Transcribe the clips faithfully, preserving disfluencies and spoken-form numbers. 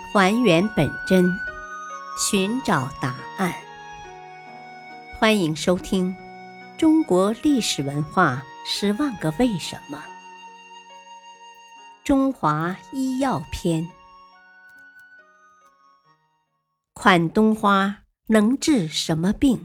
还原本真，寻找答案。欢迎收听《中国历史文化十万个为什么》中华医药篇。款冬花能治什么病？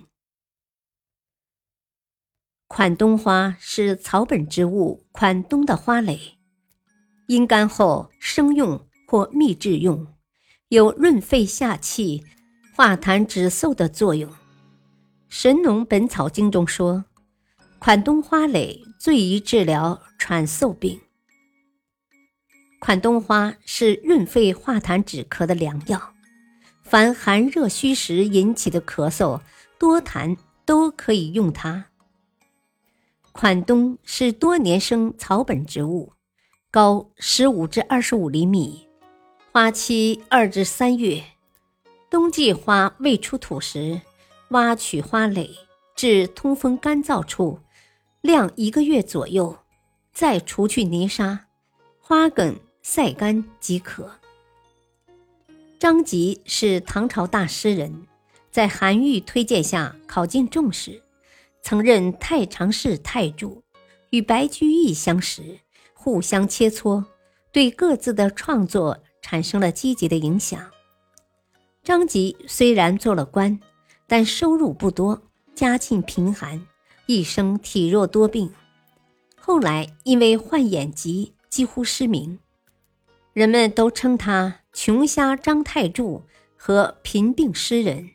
款冬花是草本植物款冬的花蕾，阴干后生用或秘制用，有润肺下气、化痰止嗽的作用。《神农本草经》中说，款冬花蕾最宜治疗喘嗽病。款冬花是润肺化痰止咳的良药，凡寒热虚实引起的咳嗽、多痰都可以用它。款冬是多年生草本植物，高十五至二十五厘米，花期二至三月。冬季花未出土时，挖取花蕾，至通风干燥处，晾一个月左右，再除去泥沙，花梗晒干即可。张籍是唐朝大诗人，在韩愈推荐下考进中士，曾任太常侍太助，与白居易相识，互相切磋，对各自的创作产生了积极的影响。张籍虽然做了官，但收入不多，家境贫寒，一生体弱多病。后来因为患眼疾，几乎失明，人们都称他穷瞎张太助和贫病诗人。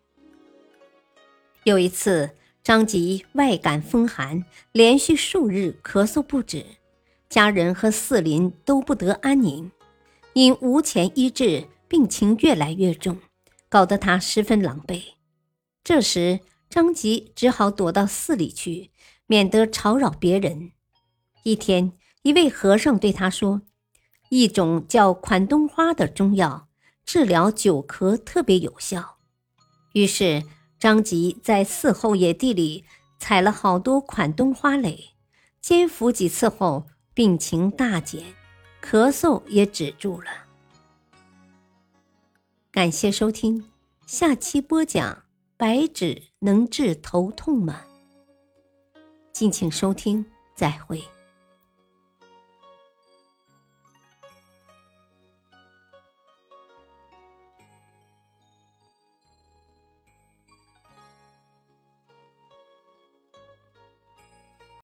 有一次，张籍外感风寒，连续数日咳嗽不止，家人和四邻都不得安宁。因无钱医治，病情越来越重，搞得他十分狼狈。这时张籍只好躲到寺里去，免得吵扰别人。一天，一位和尚对他说，一种叫款冬花的中药治疗久咳特别有效。于是张籍在寺后野地里采了好多款冬花蕾，煎服几次后，病情大减，咳嗽也止住了。感谢收听，下期播讲白芷能治头痛吗？敬请收听，再会。